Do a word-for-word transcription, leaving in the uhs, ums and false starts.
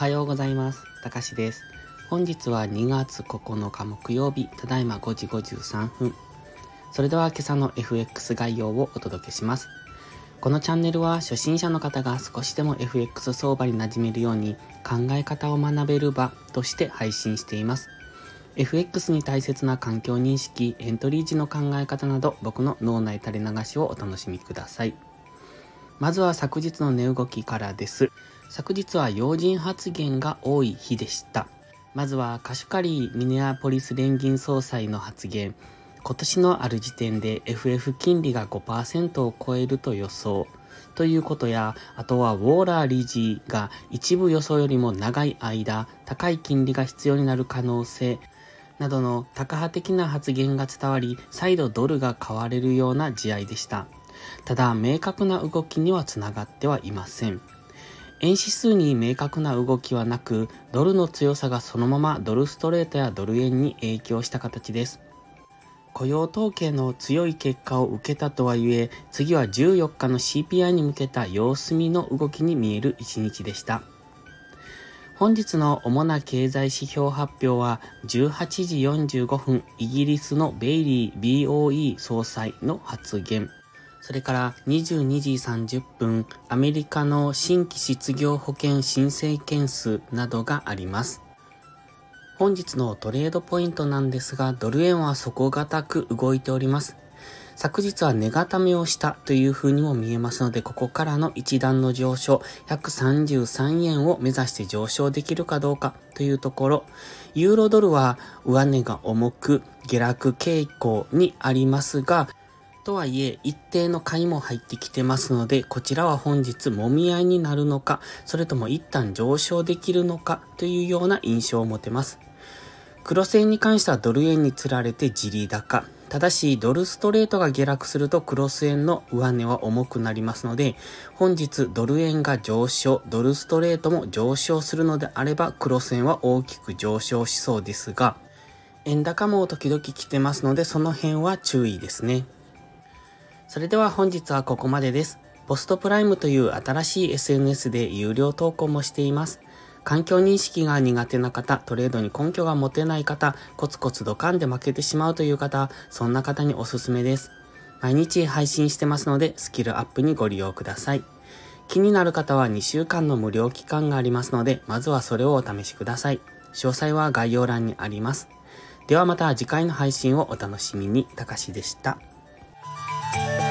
はようございます。たかしです。本日はにがつここのか木曜日、ただいまごじごじゅうさんぷん。それでは今朝の エフエックス 概要をお届けします。このチャンネルは初心者の方が少しでも エフエックス 相場に馴染めるように考え方を学べる場として配信しています。エフエックス に大切な環境認識、エントリー時の考え方など僕の脳内垂れ流しをお楽しみください。まずは昨日の値動きからです。昨日は要人発言が多い日でした。まずはカシュカリー・ミネアポリス連銀総裁の発言。今年のある時点で エフエフ 金利が ごパーセント を超えると予想。ということや、あとはウォーラー理事が一部予想よりも長い間、高い金利が必要になる可能性。などのタカ派的な発言が伝わり、再度ドルが買われるような試合でした。ただ、明確な動きにはつながってはいません。円指数に明確な動きはなく、ドルの強さがそのままドルストレートやドル円に影響した形です。雇用統計の強い結果を受けたとはいえ、次はじゅうよっかの シーピーアイ に向けた様子見の動きに見える一日でした。本日の主な経済指標発表はじゅうはちじよんじゅうごふん、イギリスのベイリー ビーオーイー 総裁の発言。それからにじゅうにじさんじゅっぷん、アメリカの新規失業保険申請件数などがあります。本日のトレードポイントなんですが、ドル円は底堅く動いております。昨日は値固めをしたという風にも見えますので、ここからの一段の上昇、ひゃくさんじゅうさんえんを目指して上昇できるかどうかというところ、ユーロドルは上値が重く下落傾向にありますが、とはいえ一定の買いも入ってきてますので、こちらは本日もみ合いになるのか、それとも一旦上昇できるのかというような印象を持てます。クロス円に関してはドル円につられてじり高。ただしドルストレートが下落するとクロス円の上値は重くなりますので、本日ドル円が上昇、ドルストレートも上昇するのであればクロス円は大きく上昇しそうですが、円高も時々来てますのでその辺は注意ですね。それでは本日はここまでです。ポストプライムという新しい エスエヌエス で有料投稿もしています。環境認識が苦手な方、トレードに根拠が持てない方、コツコツドカンで負けてしまうという方、そんな方におすすめです。毎日配信してますので、スキルアップにご利用ください。気になる方はにしゅうかんの無料期間がありますので、まずはそれをお試しください。詳細は概要欄にあります。ではまた次回の配信をお楽しみに。たかしでした。